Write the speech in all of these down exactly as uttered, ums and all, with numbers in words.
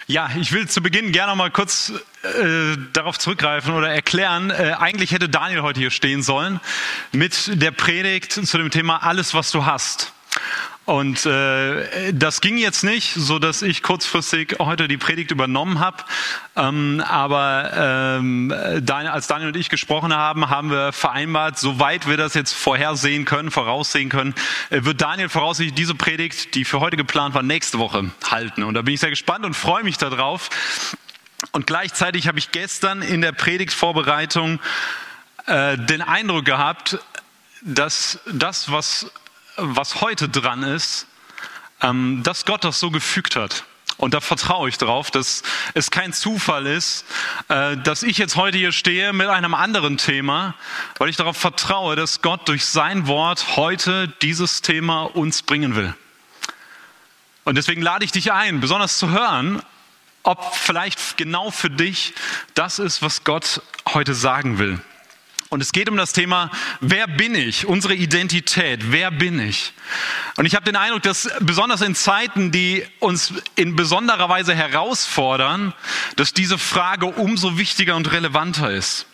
Ja, ich will zu Beginn gerne noch mal kurz äh, darauf zurückgreifen oder erklären. Äh, eigentlich hätte Daniel heute hier stehen sollen mit der Predigt zu dem Thema Alles, was du hast. Und äh, das ging jetzt nicht, so dass ich kurzfristig heute die Predigt übernommen habe. Ähm, aber ähm, Daniel, als Daniel und ich gesprochen haben, haben wir vereinbart, soweit wir das jetzt vorhersehen können, voraussehen können, äh, wird Daniel voraussichtlich diese Predigt, die für heute geplant war, nächste Woche halten. Und da bin ich sehr gespannt und freue mich darauf. Und gleichzeitig habe ich gestern in der Predigtvorbereitung äh, den Eindruck gehabt, dass das, was was heute dran ist, ähm, dass Gott das so gefügt hat. Und da vertraue ich drauf, dass es kein Zufall ist, äh, dass ich jetzt heute hier stehe mit einem anderen Thema, weil ich darauf vertraue, dass Gott durch sein Wort heute dieses Thema uns bringen will. Und deswegen lade ich dich ein, besonders zu hören, ob vielleicht genau für dich das ist, was Gott heute sagen will. Und es geht um das Thema, wer bin ich? Unsere Identität, wer bin ich? Und ich habe den Eindruck, dass besonders in Zeiten, die uns in besonderer Weise herausfordern, dass diese Frage umso wichtiger und relevanter ist.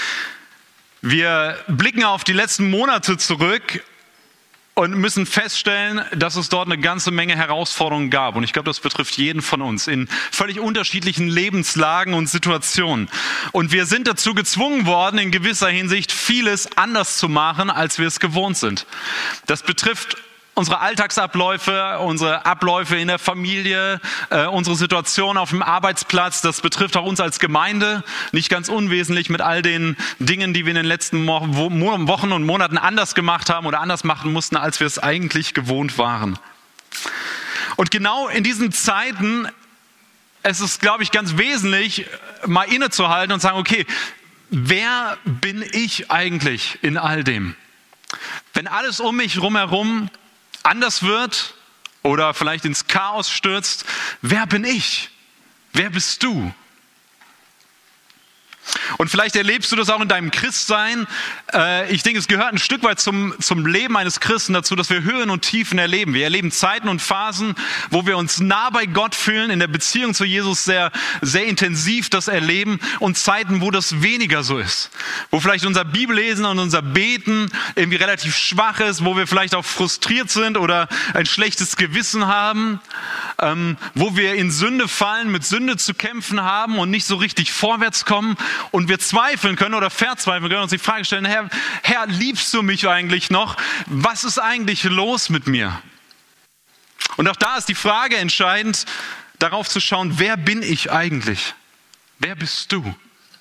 Wir blicken auf die letzten Monate zurück und müssen feststellen, dass es dort eine ganze Menge Herausforderungen gab. Und ich glaube, das betrifft jeden von uns in völlig unterschiedlichen Lebenslagen und Situationen. Und wir sind dazu gezwungen worden, in gewisser Hinsicht vieles anders zu machen, als wir es gewohnt sind. Das betrifft unsere Alltagsabläufe, unsere Abläufe in der Familie, äh, unsere Situation auf dem Arbeitsplatz. Das betrifft auch uns als Gemeinde, nicht ganz unwesentlich mit all den Dingen, die wir in den letzten Mo- Mo- Wochen und Monaten anders gemacht haben oder anders machen mussten, als wir es eigentlich gewohnt waren. Und genau in diesen Zeiten, es ist, glaube ich, ganz wesentlich, mal innezuhalten und sagen, okay, wer bin ich eigentlich in all dem? Wenn alles um mich rumherum anders wird oder vielleicht ins Chaos stürzt, wer bin ich? Wer bist du? Und vielleicht erlebst du das auch in deinem Christsein. Ich denke, es gehört ein Stück weit zum, zum Leben eines Christen dazu, dass wir Höhen und Tiefen erleben. Wir erleben Zeiten und Phasen, wo wir uns nah bei Gott fühlen, in der Beziehung zu Jesus sehr, sehr intensiv das erleben, und Zeiten, wo das weniger so ist. Wo vielleicht unser Bibellesen und unser Beten irgendwie relativ schwach ist, wo wir vielleicht auch frustriert sind oder ein schlechtes Gewissen haben, ähm, wo wir in Sünde fallen, mit Sünde zu kämpfen haben und nicht so richtig vorwärts kommen. Und wir zweifeln können oder verzweifeln können und uns die Frage stellen, Herr, Herr, liebst du mich eigentlich noch? Was ist eigentlich los mit mir? Und auch da ist die Frage entscheidend, darauf zu schauen, wer bin ich eigentlich? Wer bist du?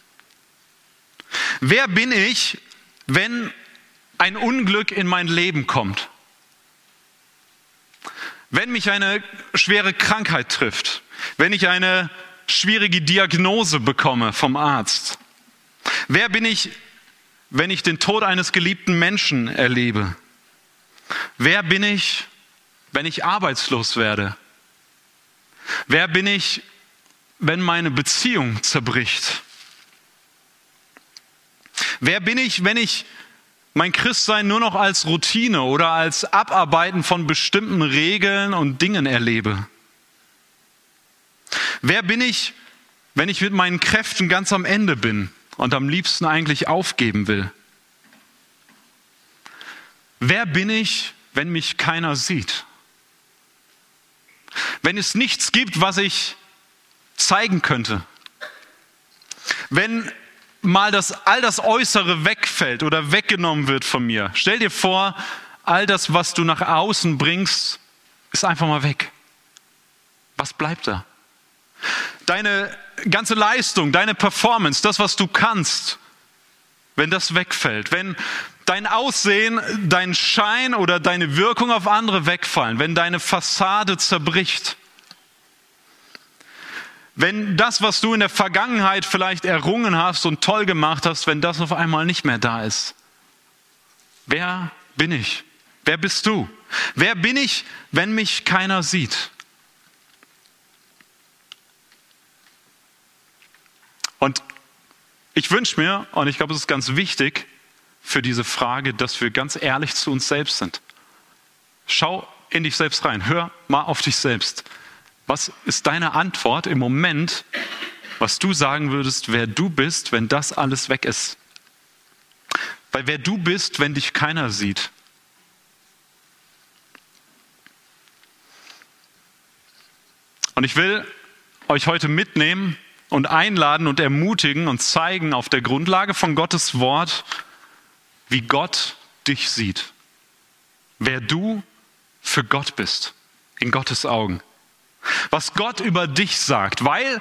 Wer bin ich, wenn ein Unglück in mein Leben kommt? Wenn mich eine schwere Krankheit trifft, wenn ich eine schwierige Diagnose bekomme vom Arzt? Wer bin ich, wenn ich den Tod eines geliebten Menschen erlebe? Wer bin ich, wenn ich arbeitslos werde? Wer bin ich, wenn meine Beziehung zerbricht? Wer bin ich, wenn ich mein Christsein nur noch als Routine oder als Abarbeiten von bestimmten Regeln und Dingen erlebe? Wer bin ich, wenn ich mit meinen Kräften ganz am Ende bin und am liebsten eigentlich aufgeben will? Wer bin ich, wenn mich keiner sieht? Wenn es nichts gibt, was ich zeigen könnte? Wenn mal das, all das Äußere wegfällt oder weggenommen wird von mir? Stell dir vor, all das, was du nach außen bringst, ist einfach mal weg. Was bleibt da? Deine ganze Leistung, deine Performance, das, was du kannst, wenn das wegfällt, wenn dein Aussehen, dein Schein oder deine Wirkung auf andere wegfallen, wenn deine Fassade zerbricht, wenn das, was du in der Vergangenheit vielleicht errungen hast und toll gemacht hast, wenn das auf einmal nicht mehr da ist. Wer bin ich? Wer bist du? Wer bin ich, wenn mich keiner sieht? Und ich wünsche mir, und ich glaube, es ist ganz wichtig für diese Frage, dass wir ganz ehrlich zu uns selbst sind. Schau in dich selbst rein, hör mal auf dich selbst. Was ist deine Antwort im Moment, was du sagen würdest, wer du bist, wenn das alles weg ist? Weil wer du bist, wenn dich keiner sieht. Und ich will euch heute mitnehmen und einladen und ermutigen und zeigen auf der Grundlage von Gottes Wort, wie Gott dich sieht. Wer du für Gott bist, in Gottes Augen. Was Gott über dich sagt, weil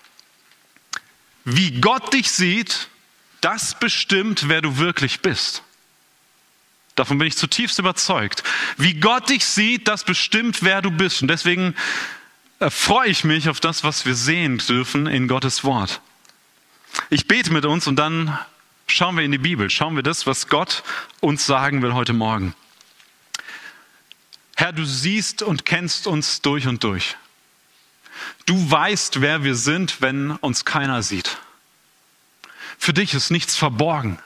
wie Gott dich sieht, das bestimmt, wer du wirklich bist. Davon bin ich zutiefst überzeugt. Wie Gott dich sieht, das bestimmt, wer du bist. Und deswegen freue ich mich auf das, was wir sehen dürfen in Gottes Wort. Ich bete mit uns und dann schauen wir in die Bibel. Schauen wir das, was Gott uns sagen will heute Morgen. Herr, du siehst und kennst uns durch und durch. Du weißt, wer wir sind, wenn uns keiner sieht. Für dich ist nichts verborgen.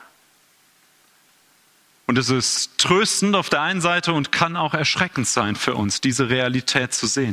Und es ist tröstend auf der einen Seite und kann auch erschreckend sein für uns, diese Realität zu sehen.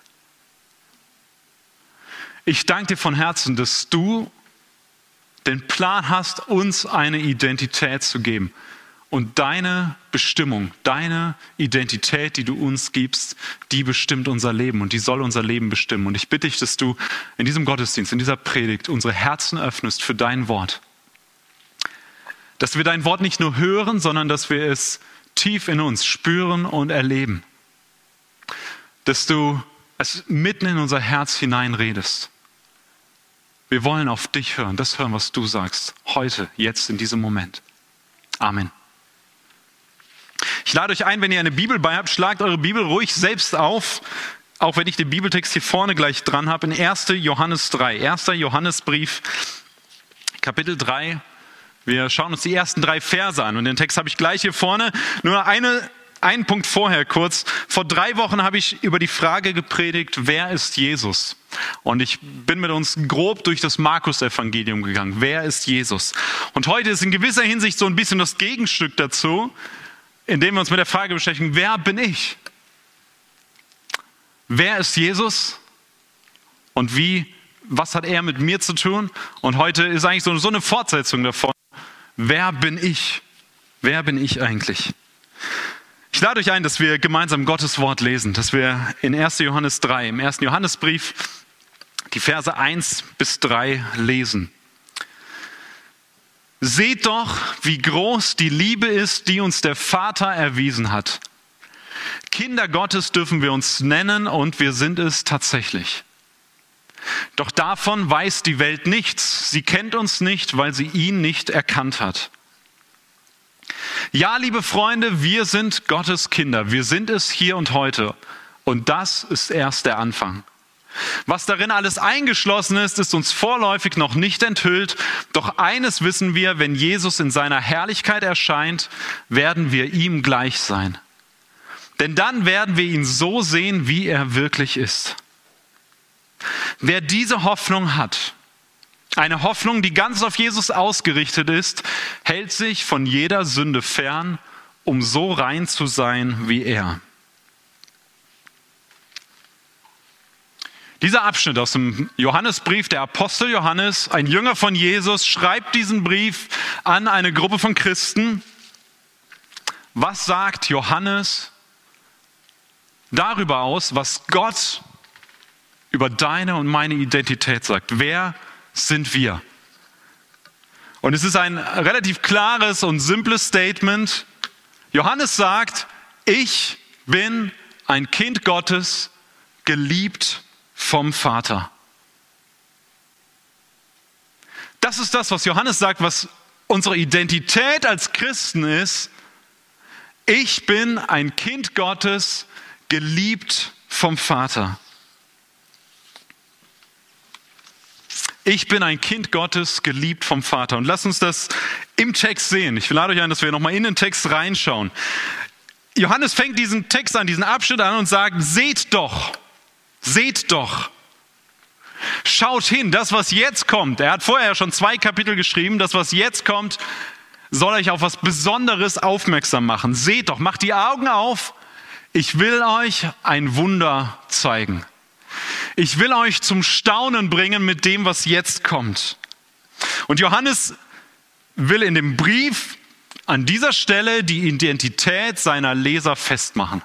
Ich danke dir von Herzen, dass du den Plan hast, uns eine Identität zu geben. Und deine Bestimmung, deine Identität, die du uns gibst, die bestimmt unser Leben und die soll unser Leben bestimmen. Und ich bitte dich, dass du in diesem Gottesdienst, in dieser Predigt unsere Herzen öffnest für dein Wort. Dass wir dein Wort nicht nur hören, sondern dass wir es tief in uns spüren und erleben. Dass du es mitten in unser Herz hineinredest. Wir wollen auf dich hören, das hören, was du sagst. Heute, jetzt, in diesem Moment. Amen. Ich lade euch ein, wenn ihr eine Bibel bei habt, schlagt eure Bibel ruhig selbst auf, auch wenn ich den Bibeltext hier vorne gleich dran habe, in erster Johannes drei. erster Johannesbrief, Kapitel drei. Wir schauen uns die ersten drei Verse an und den Text habe ich gleich hier vorne. Nur eine, einen Punkt vorher kurz. Vor drei Wochen habe ich über die Frage gepredigt, wer ist Jesus? Und ich bin mit uns grob durch das Markus-Evangelium gegangen. Wer ist Jesus? Und heute ist in gewisser Hinsicht so ein bisschen das Gegenstück dazu, indem wir uns mit der Frage beschäftigen, wer bin ich? Wer ist Jesus? Und wie, was hat er mit mir zu tun? Und heute ist eigentlich so, so eine Fortsetzung davon. Wer bin ich? Wer bin ich eigentlich? Ich lade euch ein, dass wir gemeinsam Gottes Wort lesen, dass wir in erster Johannes drei, im ersten Johannesbrief, die Verse eins bis drei lesen. Seht doch, wie groß die Liebe ist, die uns der Vater erwiesen hat. Kinder Gottes dürfen wir uns nennen und wir sind es tatsächlich. Doch davon weiß die Welt nichts. Sie kennt uns nicht, weil sie ihn nicht erkannt hat. Ja, liebe Freunde, wir sind Gottes Kinder. Wir sind es hier und heute. Und das ist erst der Anfang. Was darin alles eingeschlossen ist, ist uns vorläufig noch nicht enthüllt. Doch eines wissen wir, wenn Jesus in seiner Herrlichkeit erscheint, werden wir ihm gleich sein. Denn dann werden wir ihn so sehen, wie er wirklich ist. Wer diese Hoffnung hat, eine Hoffnung, die ganz auf Jesus ausgerichtet ist, hält sich von jeder Sünde fern, um so rein zu sein wie er. Dieser Abschnitt aus dem Johannesbrief, der Apostel Johannes, ein Jünger von Jesus, schreibt diesen Brief an eine Gruppe von Christen. Was sagt Johannes darüber aus, was Gott über deine und meine Identität sagt? Wer sind wir? Und es ist ein relativ klares und simples Statement. Johannes sagt, ich bin ein Kind Gottes, geliebt vom Vater. Das ist das, was Johannes sagt, was unsere Identität als Christen ist. Ich bin ein Kind Gottes, geliebt vom Vater. Ich bin ein Kind Gottes, geliebt vom Vater. Und lasst uns das im Text sehen. Ich lade euch ein, dass wir nochmal in den Text reinschauen. Johannes fängt diesen Text an, diesen Abschnitt an und sagt, seht doch, seht doch. Schaut hin, das, was jetzt kommt. Er hat vorher schon zwei Kapitel geschrieben. Das, was jetzt kommt, soll euch auf was Besonderes aufmerksam machen. Seht doch, macht die Augen auf. Ich will euch ein Wunder zeigen. Ich will euch zum Staunen bringen mit dem, was jetzt kommt. Und Johannes will in dem Brief an dieser Stelle die Identität seiner Leser festmachen.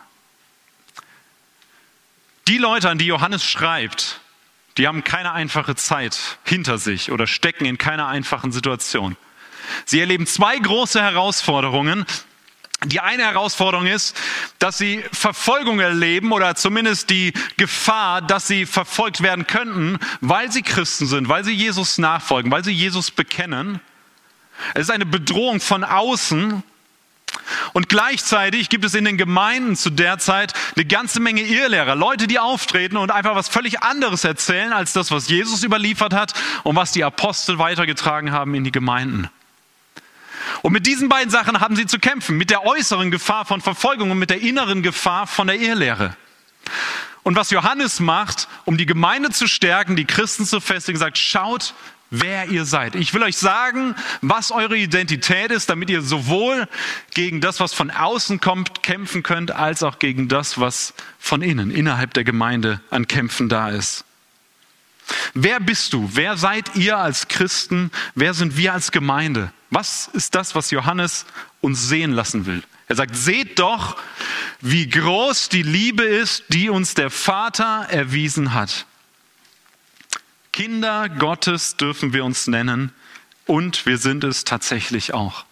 Die Leute, an die Johannes schreibt, die haben keine einfache Zeit hinter sich oder stecken in keiner einfachen Situation. Sie erleben zwei große Herausforderungen. Die eine Herausforderung ist, dass sie Verfolgung erleben oder zumindest die Gefahr, dass sie verfolgt werden könnten, weil sie Christen sind, weil sie Jesus nachfolgen, weil sie Jesus bekennen. Es ist eine Bedrohung von außen. Und gleichzeitig gibt es in den Gemeinden zu der Zeit eine ganze Menge Irrlehrer, Leute, die auftreten und einfach was völlig anderes erzählen als das, was Jesus überliefert hat und was die Apostel weitergetragen haben in die Gemeinden. Und mit diesen beiden Sachen haben sie zu kämpfen, mit der äußeren Gefahr von Verfolgung und mit der inneren Gefahr von der Irrlehre. Und was Johannes macht, um die Gemeinde zu stärken, die Christen zu festigen, sagt, schaut, wer ihr seid. Ich will euch sagen, was eure Identität ist, damit ihr sowohl gegen das, was von außen kommt, kämpfen könnt, als auch gegen das, was von innen, innerhalb der Gemeinde an Kämpfen da ist. Wer bist du? Wer seid ihr als Christen? Wer sind wir als Gemeinde? Was ist das, was Johannes uns sehen lassen will? Er sagt, seht doch, wie groß die Liebe ist, die uns der Vater erwiesen hat. Kinder Gottes dürfen wir uns nennen und wir sind es tatsächlich auch.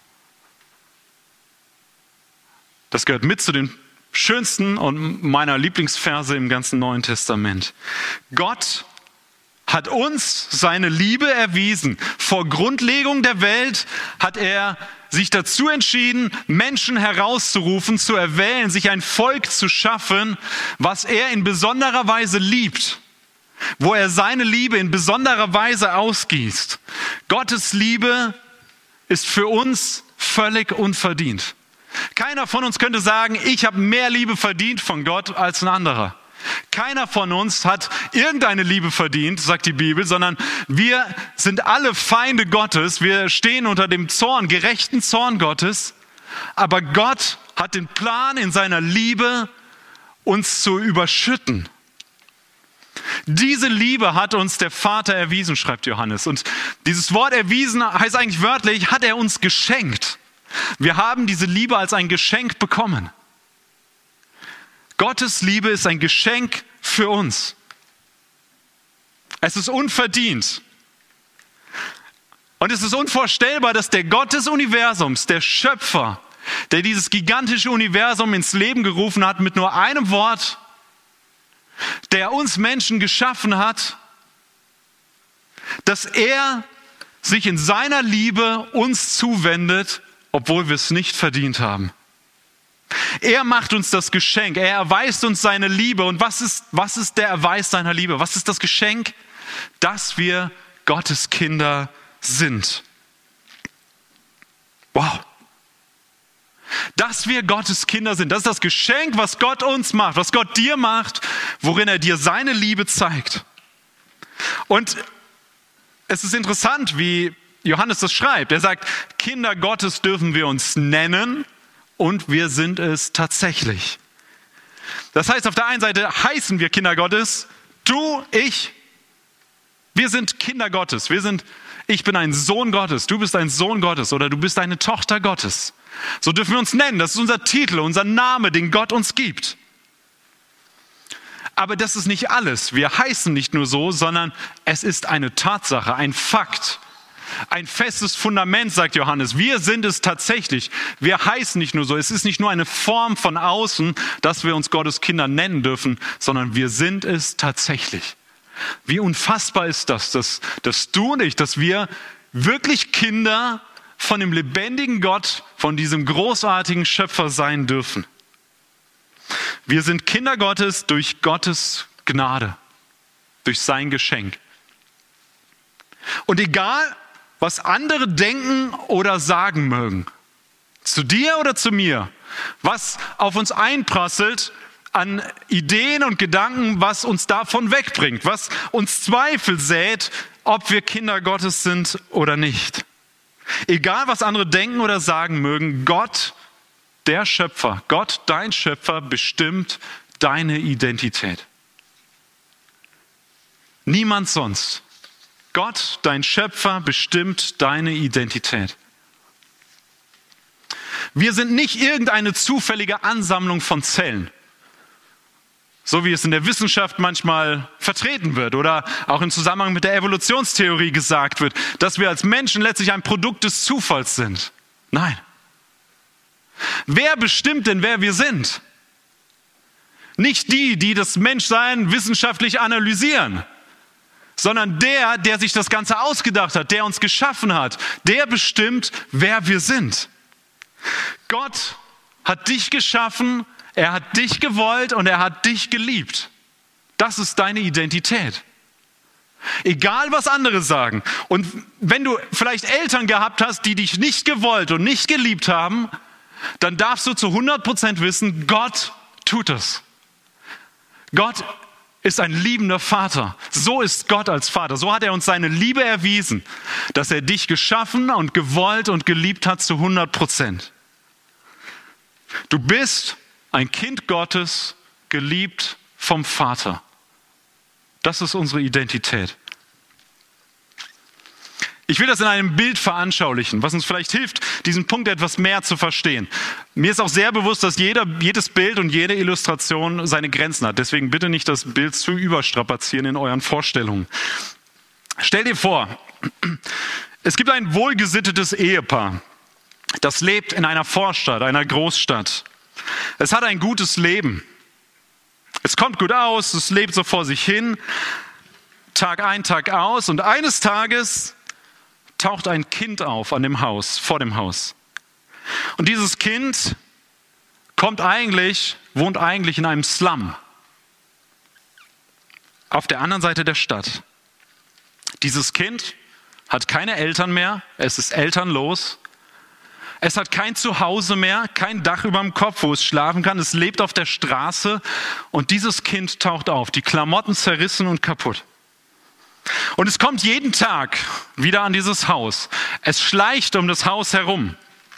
Das gehört mit zu den schönsten und meiner Lieblingsverse im ganzen Neuen Testament. Gott hat uns seine Liebe erwiesen. Vor Grundlegung der Welt hat er sich dazu entschieden, Menschen herauszurufen, zu erwählen, sich ein Volk zu schaffen, was er in besonderer Weise liebt. Wo er seine Liebe in besonderer Weise ausgießt. Gottes Liebe ist für uns völlig unverdient. Keiner von uns könnte sagen, ich habe mehr Liebe verdient von Gott als ein anderer. Keiner von uns hat irgendeine Liebe verdient, sagt die Bibel, sondern wir sind alle Feinde Gottes. Wir stehen unter dem Zorn, gerechten Zorn Gottes. Aber Gott hat den Plan in seiner Liebe, uns zu überschütten. Diese Liebe hat uns der Vater erwiesen, schreibt Johannes. Und dieses Wort erwiesen heißt eigentlich wörtlich, hat er uns geschenkt. Wir haben diese Liebe als ein Geschenk bekommen. Gottes Liebe ist ein Geschenk für uns. Es ist unverdient. Und es ist unvorstellbar, dass der Gott des Universums, der Schöpfer, der dieses gigantische Universum ins Leben gerufen hat mit nur einem Wort, der uns Menschen geschaffen hat, dass er sich in seiner Liebe uns zuwendet, obwohl wir es nicht verdient haben. Er macht uns das Geschenk, er erweist uns seine Liebe. Und was ist, was ist der Erweis seiner Liebe? Was ist das Geschenk? Dass wir Gottes Kinder sind. Wow. Dass wir Gottes Kinder sind, das ist das Geschenk, was Gott uns macht, was Gott dir macht, worin er dir seine Liebe zeigt. Und es ist interessant, wie Johannes das schreibt. Er sagt, Kinder Gottes dürfen wir uns nennen und wir sind es tatsächlich. Das heißt, auf der einen Seite heißen wir Kinder Gottes, du, ich, wir sind Kinder Gottes, wir sind Ich bin ein Sohn Gottes, du bist ein Sohn Gottes oder du bist eine Tochter Gottes. So dürfen wir uns nennen, das ist unser Titel, unser Name, den Gott uns gibt. Aber das ist nicht alles. Wir heißen nicht nur so, sondern es ist eine Tatsache, ein Fakt, ein festes Fundament, sagt Johannes. Wir sind es tatsächlich. Wir heißen nicht nur so. Es ist nicht nur eine Form von außen, dass wir uns Gottes Kinder nennen dürfen, sondern wir sind es tatsächlich. Wie unfassbar ist das, dass, dass du und ich, dass wir wirklich Kinder von dem lebendigen Gott, von diesem großartigen Schöpfer sein dürfen. Wir sind Kinder Gottes durch Gottes Gnade, durch sein Geschenk. Und egal, was andere denken oder sagen mögen, zu dir oder zu mir, was auf uns einprasselt an Ideen und Gedanken, was uns davon wegbringt, was uns Zweifel sät, ob wir Kinder Gottes sind oder nicht. Egal, was andere denken oder sagen mögen, Gott, der Schöpfer, Gott, dein Schöpfer, bestimmt deine Identität. Niemand sonst. Gott, dein Schöpfer, bestimmt deine Identität. Wir sind nicht irgendeine zufällige Ansammlung von Zellen, so wie es in der Wissenschaft manchmal vertreten wird oder auch im Zusammenhang mit der Evolutionstheorie gesagt wird, dass wir als Menschen letztlich ein Produkt des Zufalls sind. Nein. Wer bestimmt denn, wer wir sind? Nicht die, die das Menschsein wissenschaftlich analysieren, sondern der, der sich das Ganze ausgedacht hat, der uns geschaffen hat, der bestimmt, wer wir sind. Gott hat dich geschaffen, er hat dich gewollt und er hat dich geliebt. Das ist deine Identität. Egal, was andere sagen. Und wenn du vielleicht Eltern gehabt hast, die dich nicht gewollt und nicht geliebt haben, dann darfst du zu hundert Prozent wissen, Gott tut es. Gott ist ein liebender Vater. So ist Gott als Vater. So hat er uns seine Liebe erwiesen, dass er dich geschaffen und gewollt und geliebt hat zu hundert Prozent. Du bist ein Kind Gottes, geliebt vom Vater. Das ist unsere Identität. Ich will das in einem Bild veranschaulichen, was uns vielleicht hilft, diesen Punkt etwas mehr zu verstehen. Mir ist auch sehr bewusst, dass jeder, jedes Bild und jede Illustration seine Grenzen hat. Deswegen bitte nicht das Bild zu überstrapazieren in euren Vorstellungen. Stell dir vor, es gibt ein wohlgesittetes Ehepaar, das lebt in einer Vorstadt, einer Großstadt. Es hat ein gutes Leben. Es kommt gut aus, es lebt so vor sich hin, Tag ein, Tag aus. Und eines Tages taucht ein Kind auf an dem Haus, vor dem Haus. Und dieses Kind kommt eigentlich, wohnt eigentlich in einem Slum. Auf der anderen Seite der Stadt. Dieses Kind hat keine Eltern mehr, es ist elternlos. Es hat kein Zuhause mehr, kein Dach über dem Kopf, wo es schlafen kann. Es lebt auf der Straße und dieses Kind taucht auf, die Klamotten zerrissen und kaputt. Und es kommt jeden Tag wieder an dieses Haus. Es schleicht um das Haus herum.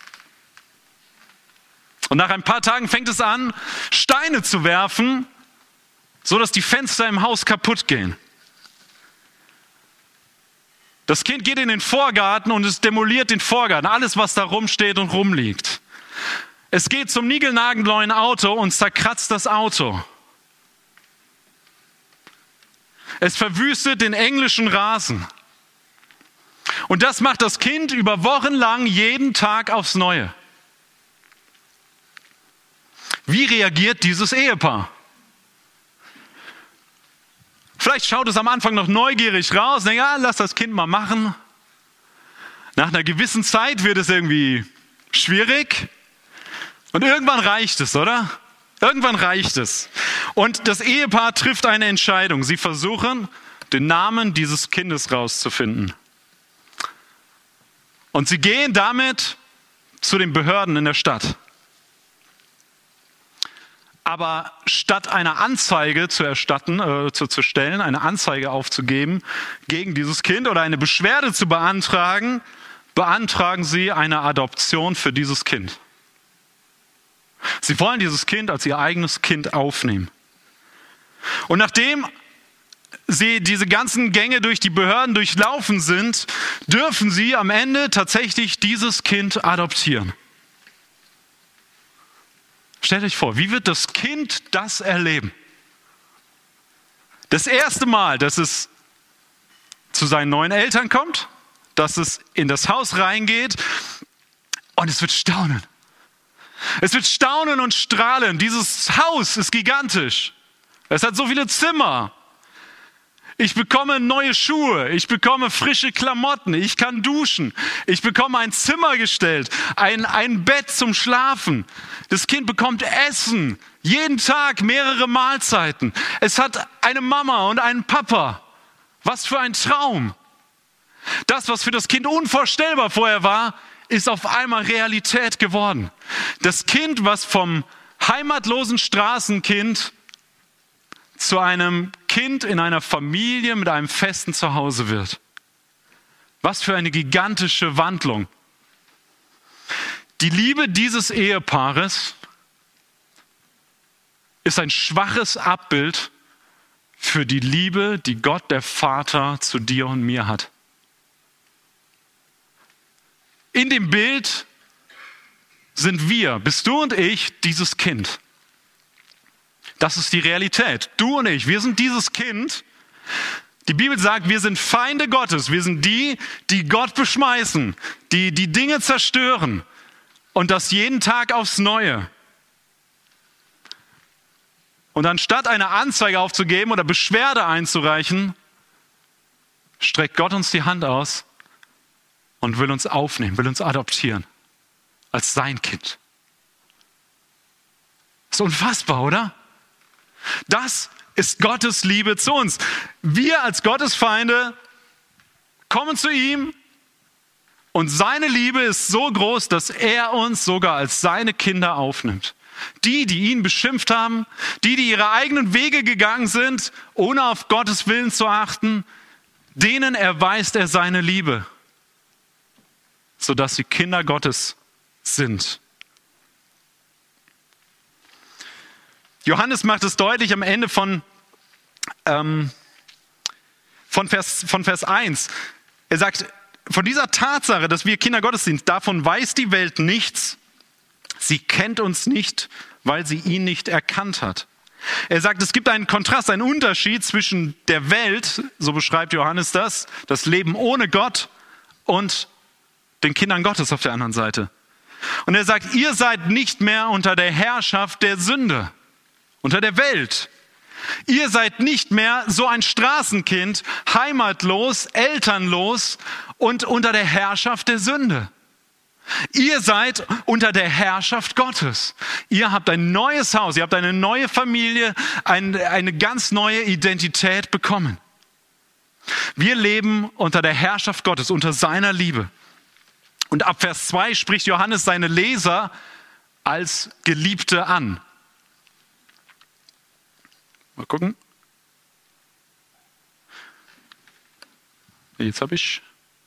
Und nach ein paar Tagen fängt es an, Steine zu werfen, sodass die Fenster im Haus kaputt gehen. Das Kind geht in den Vorgarten und es demoliert den Vorgarten, alles, was da rumsteht und rumliegt. Es geht zum niegelnagelneuen Auto und zerkratzt das Auto. Es verwüstet den englischen Rasen. Und das macht das Kind über Wochen lang jeden Tag aufs Neue. Wie reagiert dieses Ehepaar? Vielleicht schaut es am Anfang noch neugierig raus, denkt, ja, lass das Kind mal machen. Nach einer gewissen Zeit wird es irgendwie schwierig und irgendwann reicht es, oder? Irgendwann reicht es. Und das Ehepaar trifft eine Entscheidung. Sie versuchen, den Namen dieses Kindes rauszufinden. Und sie gehen damit zu den Behörden in der Stadt. Aber statt eine Anzeige zu erstatten, äh, zu, zu stellen, eine Anzeige aufzugeben gegen dieses Kind oder eine Beschwerde zu beantragen, beantragen sie eine Adoption für dieses Kind. Sie wollen dieses Kind als ihr eigenes Kind aufnehmen. Und nachdem sie diese ganzen Gänge durch die Behörden durchlaufen sind, dürfen sie am Ende tatsächlich dieses Kind adoptieren. Stellt euch vor, wie wird das Kind das erleben? Das erste Mal, dass es zu seinen neuen Eltern kommt, dass es in das Haus reingeht und es wird staunen. Es wird staunen und strahlen. Dieses Haus ist gigantisch. Es hat so viele Zimmer. Ich bekomme neue Schuhe, ich bekomme frische Klamotten, ich kann duschen, ich bekomme ein Zimmer gestellt, ein, ein Bett zum Schlafen. Das Kind bekommt Essen, jeden Tag mehrere Mahlzeiten. Es hat eine Mama und einen Papa. Was für ein Traum. Das, was für das Kind unvorstellbar vorher war, ist auf einmal Realität geworden. Das Kind, was vom heimatlosen Straßenkind zu einem Kind in einer Familie mit einem festen Zuhause wird. Was für eine gigantische Wandlung. Die Liebe dieses Ehepaares ist ein schwaches Abbild für die Liebe, die Gott der Vater zu dir und mir hat. In dem Bild sind wir, bist du und ich, dieses Kind. Das ist die Realität. Du und ich, wir sind dieses Kind. Die Bibel sagt, wir sind Feinde Gottes. Wir sind die, die Gott beschmeißen, die die Dinge zerstören und das jeden Tag aufs Neue. Und anstatt eine Anzeige aufzugeben oder Beschwerde einzureichen, streckt Gott uns die Hand aus und will uns aufnehmen, will uns adoptieren als sein Kind. Das ist unfassbar, oder? Das ist Gottes Liebe zu uns. Wir als Gottes Feinde kommen zu ihm und seine Liebe ist so groß, dass er uns sogar als seine Kinder aufnimmt. Die, die ihn beschimpft haben, die, die ihre eigenen Wege gegangen sind, ohne auf Gottes Willen zu achten, denen erweist er seine Liebe, sodass sie Kinder Gottes sind. Johannes macht es deutlich am Ende von, ähm, von, Vers, von Vers eins. Er sagt, von dieser Tatsache, dass wir Kinder Gottes sind, davon weiß die Welt nichts. Sie kennt uns nicht, weil sie ihn nicht erkannt hat. Er sagt, es gibt einen Kontrast, einen Unterschied zwischen der Welt, so beschreibt Johannes das, das Leben ohne Gott und den Kindern Gottes auf der anderen Seite. Und er sagt, ihr seid nicht mehr unter der Herrschaft der Sünde, unter der Welt. Ihr seid nicht mehr so ein Straßenkind, heimatlos, elternlos und unter der Herrschaft der Sünde. Ihr seid unter der Herrschaft Gottes. Ihr habt ein neues Haus, ihr habt eine neue Familie, ein, eine ganz neue Identität bekommen. Wir leben unter der Herrschaft Gottes, unter seiner Liebe. Und ab Vers zwei spricht Johannes seine Leser als Geliebte an. Mal gucken. Jetzt habe ich...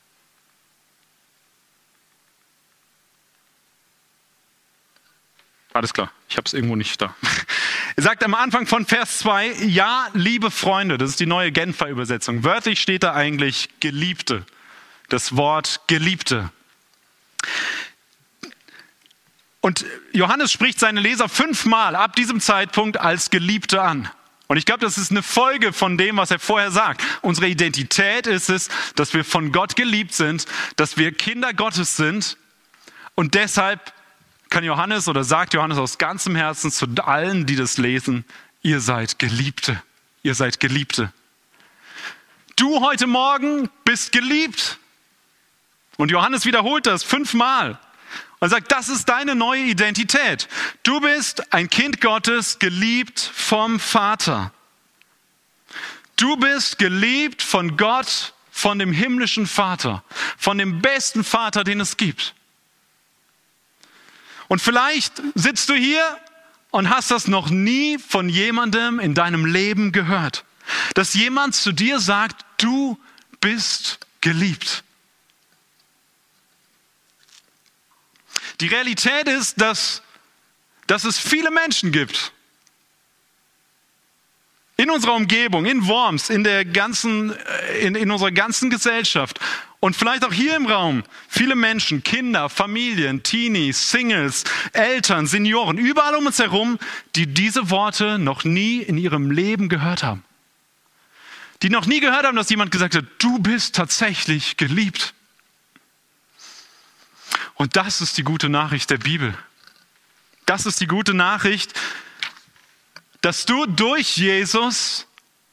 Alles klar, ich habe es irgendwo nicht da. Er sagt am Anfang von Vers zwei, ja, liebe Freunde, das ist die neue Genfer Übersetzung. Wörtlich steht da eigentlich Geliebte, das Wort Geliebte. Und Johannes spricht seine Leser fünfmal ab diesem Zeitpunkt als Geliebte an. Und ich glaube, das ist eine Folge von dem, was er vorher sagt. Unsere Identität ist es, dass wir von Gott geliebt sind, dass wir Kinder Gottes sind. Und deshalb kann Johannes oder sagt Johannes aus ganzem Herzen zu allen, die das lesen, ihr seid Geliebte. Ihr seid Geliebte. Du heute Morgen bist geliebt. Und Johannes wiederholt das fünfmal. Und sagt, das ist deine neue Identität. Du bist ein Kind Gottes, geliebt vom Vater. Du bist geliebt von Gott, von dem himmlischen Vater, von dem besten Vater, den es gibt. Und vielleicht sitzt du hier und hast das noch nie von jemandem in deinem Leben gehört. Dass jemand zu dir sagt, du bist geliebt. Die Realität ist, dass, dass es viele Menschen gibt. In unserer Umgebung, in Worms, in, der ganzen, in, in unserer ganzen Gesellschaft und vielleicht auch hier im Raum, viele Menschen, Kinder, Familien, Teenies, Singles, Eltern, Senioren, überall um uns herum, die diese Worte noch nie in ihrem Leben gehört haben. Die noch nie gehört haben, dass jemand gesagt hat, du bist tatsächlich geliebt. Und das ist die gute Nachricht der Bibel. Das ist die gute Nachricht, dass du durch Jesus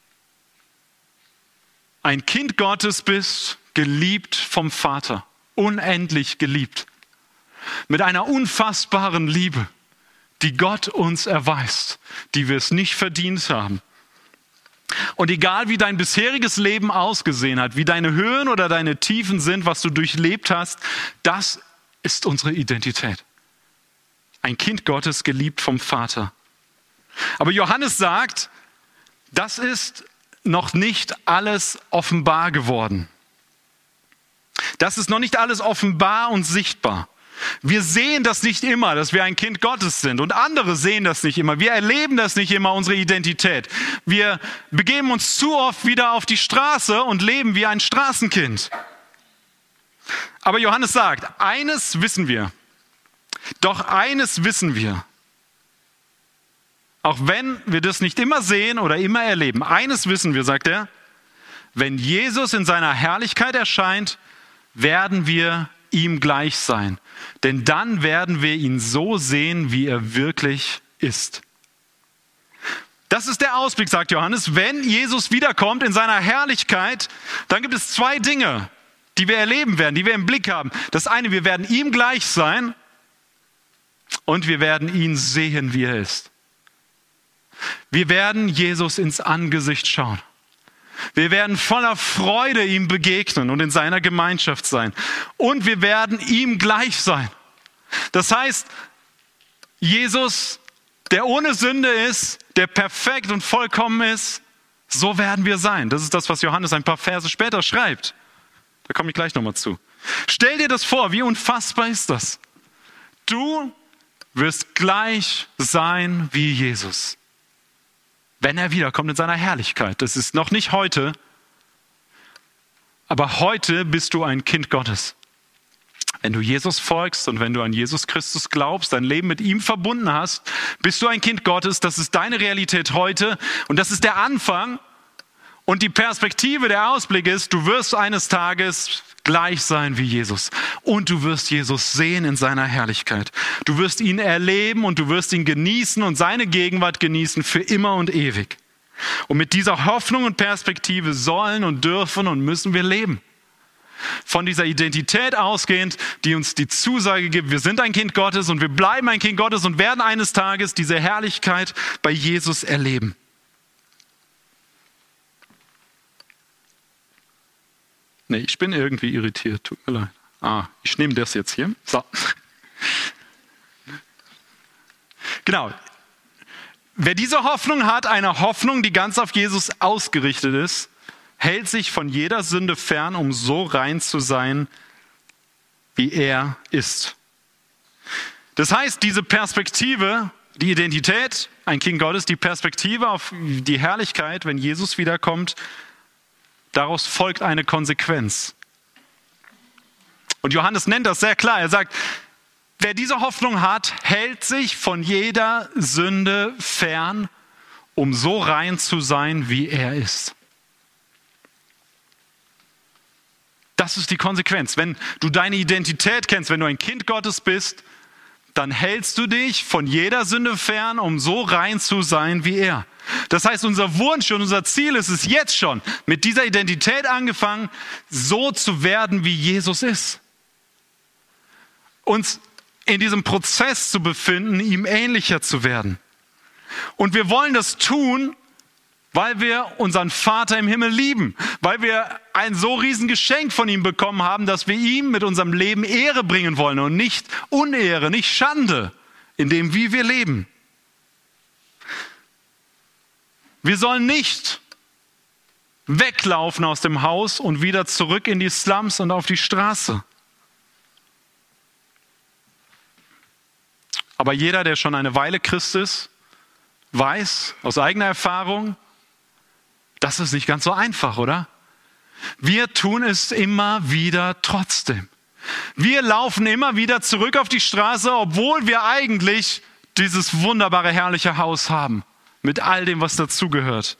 ein Kind Gottes bist, geliebt vom Vater, unendlich geliebt. Mit einer unfassbaren Liebe, die Gott uns erweist, die wir es nicht verdient haben. Und egal wie dein bisheriges Leben ausgesehen hat, wie deine Höhen oder deine Tiefen sind, was du durchlebt hast, das ist unsere Identität. Ein Kind Gottes, geliebt vom Vater. Aber Johannes sagt, das ist noch nicht alles offenbar geworden. Das ist noch nicht alles offenbar und sichtbar. Wir sehen das nicht immer, dass wir ein Kind Gottes sind. Und andere sehen das nicht immer. Wir erleben das nicht immer, unsere Identität. Wir begeben uns zu oft wieder auf die Straße und leben wie ein Straßenkind. Aber Johannes sagt, eines wissen wir. Doch eines wissen wir. Auch wenn wir das nicht immer sehen oder immer erleben. Eines wissen wir, sagt er. Wenn Jesus in seiner Herrlichkeit erscheint, werden wir ihm gleich sein. Denn dann werden wir ihn so sehen, wie er wirklich ist. Das ist der Ausblick, sagt Johannes. Wenn Jesus wiederkommt in seiner Herrlichkeit, dann gibt es zwei Dinge, die wir erleben werden, die wir im Blick haben. Das eine, wir werden ihm gleich sein und wir werden ihn sehen, wie er ist. Wir werden Jesus ins Angesicht schauen. Wir werden voller Freude ihm begegnen und in seiner Gemeinschaft sein. Und wir werden ihm gleich sein. Das heißt, Jesus, der ohne Sünde ist, der perfekt und vollkommen ist, so werden wir sein. Das ist das, was Johannes ein paar Verse später schreibt. Da komme ich gleich nochmal zu. Stell dir das vor, wie unfassbar ist das? Du wirst gleich sein wie Jesus. Wenn er wiederkommt in seiner Herrlichkeit. Das ist noch nicht heute, aber heute bist du ein Kind Gottes. Wenn du Jesus folgst und wenn du an Jesus Christus glaubst, dein Leben mit ihm verbunden hast, bist du ein Kind Gottes. Das ist deine Realität heute und das ist der Anfang. Und die Perspektive, der Ausblick ist, du wirst eines Tages gleich sein wie Jesus. Und du wirst Jesus sehen in seiner Herrlichkeit. Du wirst ihn erleben und du wirst ihn genießen und seine Gegenwart genießen für immer und ewig. Und mit dieser Hoffnung und Perspektive sollen und dürfen und müssen wir leben. Von dieser Identität ausgehend, die uns die Zusage gibt, wir sind ein Kind Gottes und wir bleiben ein Kind Gottes und werden eines Tages diese Herrlichkeit bei Jesus erleben. Nee, ich bin irgendwie irritiert, tut mir leid. Ah, ich nehme das jetzt hier. So. Genau. Wer diese Hoffnung hat, eine Hoffnung, die ganz auf Jesus ausgerichtet ist, hält sich von jeder Sünde fern, um so rein zu sein, wie er ist. Das heißt, diese Perspektive, die Identität, ein Kind Gottes, die Perspektive auf die Herrlichkeit, wenn Jesus wiederkommt, daraus folgt eine Konsequenz. Und Johannes nennt das sehr klar. Er sagt, wer diese Hoffnung hat, hält sich von jeder Sünde fern, um so rein zu sein, wie er ist. Das ist die Konsequenz. Wenn du deine Identität kennst, wenn du ein Kind Gottes bist, dann hältst du dich von jeder Sünde fern, um so rein zu sein wie er. Das heißt, unser Wunsch und unser Ziel ist es jetzt schon, mit dieser Identität angefangen, so zu werden, wie Jesus ist. Uns in diesem Prozess zu befinden, ihm ähnlicher zu werden. Und wir wollen das tun, weil wir unseren Vater im Himmel lieben, weil wir ein so riesen Geschenk von ihm bekommen haben, dass wir ihm mit unserem Leben Ehre bringen wollen und nicht Unehre, nicht Schande in dem, wie wir leben. Wir sollen nicht weglaufen aus dem Haus und wieder zurück in die Slums und auf die Straße. Aber jeder, der schon eine Weile Christ ist, weiß aus eigener Erfahrung, das ist nicht ganz so einfach, oder? Wir tun es immer wieder trotzdem. Wir laufen immer wieder zurück auf die Straße, obwohl wir eigentlich dieses wunderbare, herrliche Haus haben. Mit all dem, was dazugehört.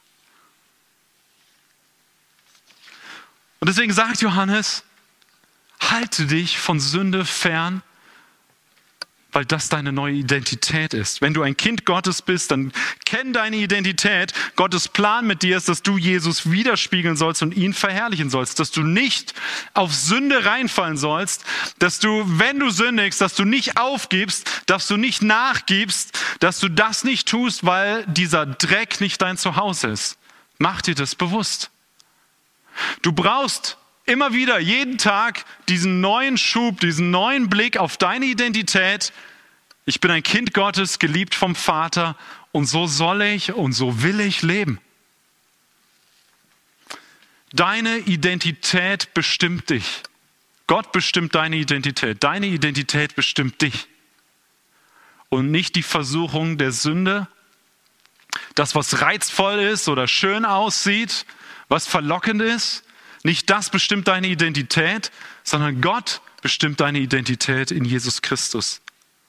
Und deswegen sagt Johannes, halte dich von Sünde fern, weil das deine neue Identität ist. Wenn du ein Kind Gottes bist, dann kenn deine Identität. Gottes Plan mit dir ist, dass du Jesus widerspiegeln sollst und ihn verherrlichen sollst. Dass du nicht auf Sünde reinfallen sollst. Dass du, wenn du sündigst, dass du nicht aufgibst, dass du nicht nachgibst, dass du das nicht tust, weil dieser Dreck nicht dein Zuhause ist. Mach dir das bewusst. Du brauchst immer wieder, jeden Tag, diesen neuen Schub, diesen neuen Blick auf deine Identität. Ich bin ein Kind Gottes, geliebt vom Vater und so soll ich und so will ich leben. Deine Identität bestimmt dich. Gott bestimmt deine Identität. Deine Identität bestimmt dich. Und nicht die Versuchung der Sünde, das, was reizvoll ist oder schön aussieht, was verlockend ist. Nicht das bestimmt deine Identität, sondern Gott bestimmt deine Identität in Jesus Christus.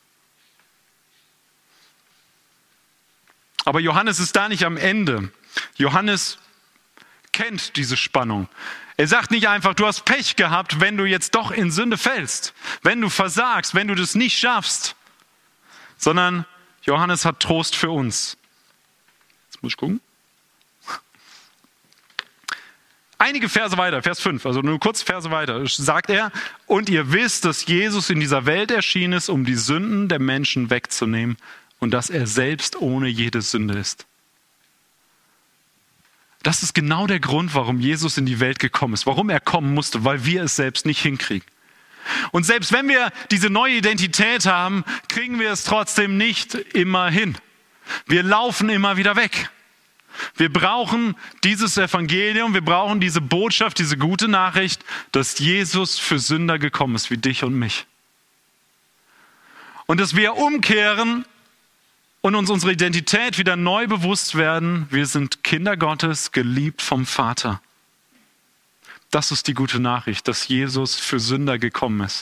Aber Johannes ist da nicht am Ende. Johannes kennt diese Spannung. Er sagt nicht einfach, du hast Pech gehabt, wenn du jetzt doch in Sünde fällst, wenn du versagst, wenn du das nicht schaffst, sondern Johannes hat Trost für uns. Jetzt muss ich gucken. Einige Verse weiter, Vers fünf, also nur kurz Verse weiter, sagt er, und ihr wisst, dass Jesus in dieser Welt erschienen ist, um die Sünden der Menschen wegzunehmen und dass er selbst ohne jede Sünde ist. Das ist genau der Grund, warum Jesus in die Welt gekommen ist, warum er kommen musste, weil wir es selbst nicht hinkriegen. Und selbst wenn wir diese neue Identität haben, kriegen wir es trotzdem nicht immer hin. Wir laufen immer wieder weg. Wir brauchen dieses Evangelium, wir brauchen diese Botschaft, diese gute Nachricht, dass Jesus für Sünder gekommen ist, wie dich und mich. Und dass wir umkehren und uns unsere Identität wieder neu bewusst werden, wir sind Kinder Gottes, geliebt vom Vater. Das ist die gute Nachricht, dass Jesus für Sünder gekommen ist.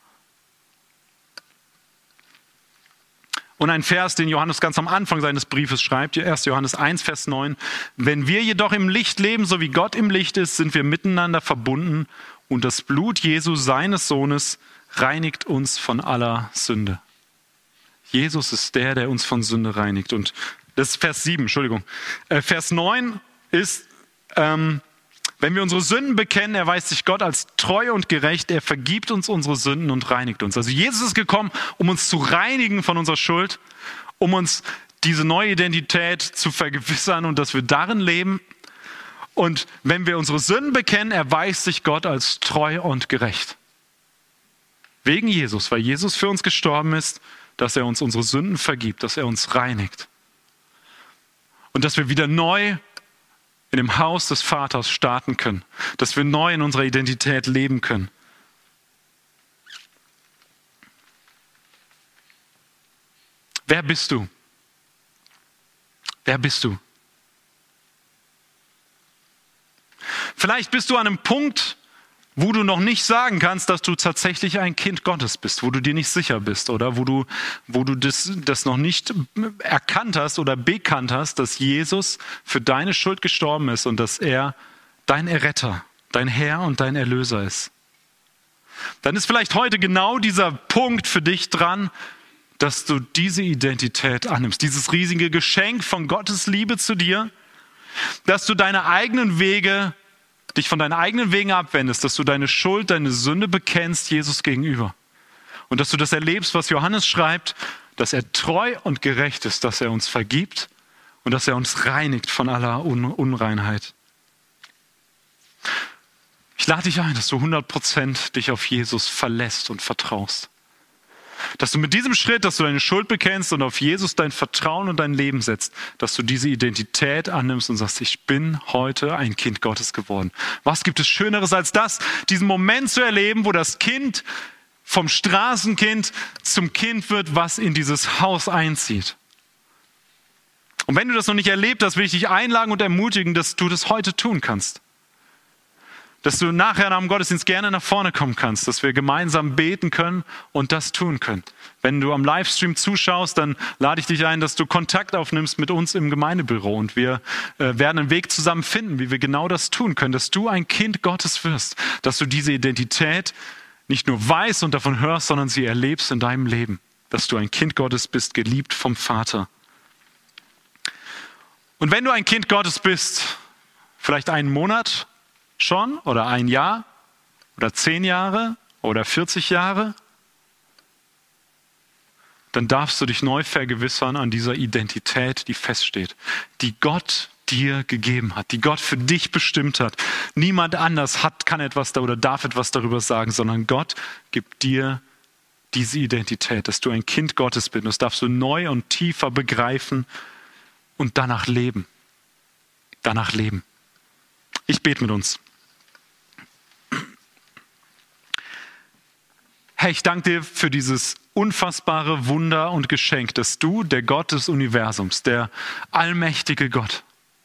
Und ein Vers, den Johannes ganz am Anfang seines Briefes schreibt, erster Johannes eins, Vers neun. Wenn wir jedoch im Licht leben, so wie Gott im Licht ist, sind wir miteinander verbunden und das Blut Jesu, seines Sohnes, reinigt uns von aller Sünde. Jesus ist der, der uns von Sünde reinigt. Und das ist Vers sieben, Entschuldigung. Äh, Vers neun ist, ähm, wenn wir unsere Sünden bekennen, erweist sich Gott als treu und gerecht. Er vergibt uns unsere Sünden und reinigt uns. Also Jesus ist gekommen, um uns zu reinigen von unserer Schuld, um uns diese neue Identität zu vergewissern und dass wir darin leben. Und wenn wir unsere Sünden bekennen, erweist sich Gott als treu und gerecht. Wegen Jesus, weil Jesus für uns gestorben ist, dass er uns unsere Sünden vergibt, dass er uns reinigt. Und dass wir wieder neu in dem Haus des Vaters starten können, dass wir neu in unserer Identität leben können. Wer bist du? Wer bist du? Vielleicht bist du an einem Punkt, wo du noch nicht sagen kannst, dass du tatsächlich ein Kind Gottes bist, wo du dir nicht sicher bist oder wo du, wo du das, das noch nicht erkannt hast oder bekannt hast, dass Jesus für deine Schuld gestorben ist und dass er dein Erretter, dein Herr und dein Erlöser ist. Dann ist vielleicht heute genau dieser Punkt für dich dran, dass du diese Identität annimmst, dieses riesige Geschenk von Gottes Liebe zu dir, dass du deine eigenen Wege dich von deinen eigenen Wegen abwendest, dass du deine Schuld, deine Sünde bekennst Jesus gegenüber. Und dass du das erlebst, was Johannes schreibt, dass er treu und gerecht ist, dass er uns vergibt und dass er uns reinigt von aller Un- Unreinheit. Ich lade dich ein, dass du hundert Prozent dich auf Jesus verlässt und vertraust. Dass du mit diesem Schritt, dass du deine Schuld bekennst und auf Jesus dein Vertrauen und dein Leben setzt, dass du diese Identität annimmst und sagst, ich bin heute ein Kind Gottes geworden. Was gibt es Schöneres als das, diesen Moment zu erleben, wo das Kind vom Straßenkind zum Kind wird, was in dieses Haus einzieht. Und wenn du das noch nicht erlebt hast, will ich dich einladen und ermutigen, dass du das heute tun kannst. Dass du nachher nach dem Gottesdienst gerne nach vorne kommen kannst, dass wir gemeinsam beten können und das tun können. Wenn du am Livestream zuschaust, dann lade ich dich ein, dass du Kontakt aufnimmst mit uns im Gemeindebüro und wir äh, werden einen Weg zusammen finden, wie wir genau das tun können, dass du ein Kind Gottes wirst, dass du diese Identität nicht nur weißt und davon hörst, sondern sie erlebst in deinem Leben, dass du ein Kind Gottes bist, geliebt vom Vater. Und wenn du ein Kind Gottes bist, vielleicht einen Monat schon oder ein Jahr oder zehn Jahre oder vierzig Jahre, dann darfst du dich neu vergewissern an dieser Identität, die feststeht, die Gott dir gegeben hat, die Gott für dich bestimmt hat. Niemand anders hat, kann etwas da oder darf etwas darüber sagen, sondern Gott gibt dir diese Identität, dass du ein Kind Gottes bist. Das darfst du neu und tiefer begreifen und danach leben. Danach leben. Ich bete mit uns. Herr, ich danke dir für dieses unfassbare Wunder und Geschenk, dass du, der Gott des Universums, der allmächtige Gott,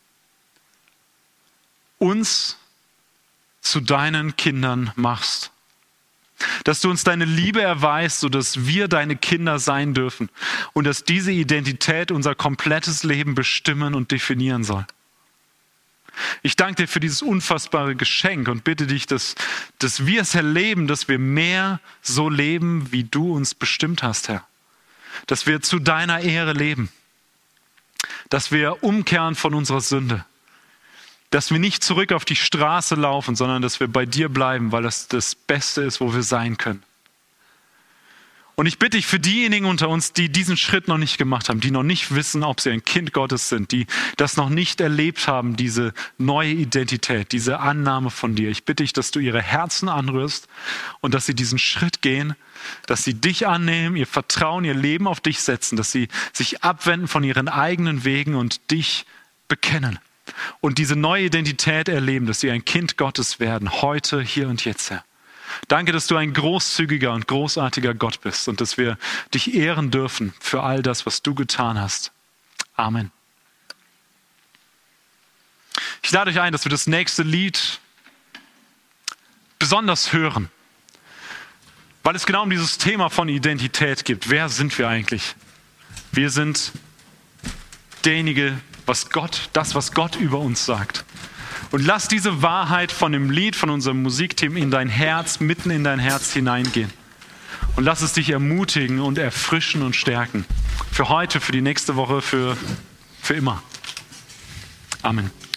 uns zu deinen Kindern machst. Dass du uns deine Liebe erweist, sodass wir deine Kinder sein dürfen und dass diese Identität unser komplettes Leben bestimmen und definieren soll. Ich danke dir für dieses unfassbare Geschenk und bitte dich, dass, dass wir es erleben, dass wir mehr so leben, wie du uns bestimmt hast, Herr. Dass wir zu deiner Ehre leben. Dass wir umkehren von unserer Sünde. Dass wir nicht zurück auf die Straße laufen, sondern dass wir bei dir bleiben, weil das das Beste ist, wo wir sein können. Und ich bitte dich für diejenigen unter uns, die diesen Schritt noch nicht gemacht haben, die noch nicht wissen, ob sie ein Kind Gottes sind, die das noch nicht erlebt haben, diese neue Identität, diese Annahme von dir. Ich bitte dich, dass du ihre Herzen anrührst und dass sie diesen Schritt gehen, dass sie dich annehmen, ihr Vertrauen, ihr Leben auf dich setzen, dass sie sich abwenden von ihren eigenen Wegen und dich bekennen. Und diese neue Identität erleben, dass sie ein Kind Gottes werden, heute, hier und jetzt, Herr. Danke, dass du ein großzügiger und großartiger Gott bist und dass wir dich ehren dürfen für all das, was du getan hast. Amen. Ich lade euch ein, dass wir das nächste Lied besonders hören, weil es genau um dieses Thema von Identität geht. Wer sind wir eigentlich? Wir sind derjenige, was Gott, das, was Gott über uns sagt. Und lass diese Wahrheit von dem Lied, von unserem Musikteam in dein Herz, mitten in dein Herz hineingehen. Und lass es dich ermutigen und erfrischen und stärken. Für heute, für die nächste Woche, für, für immer. Amen.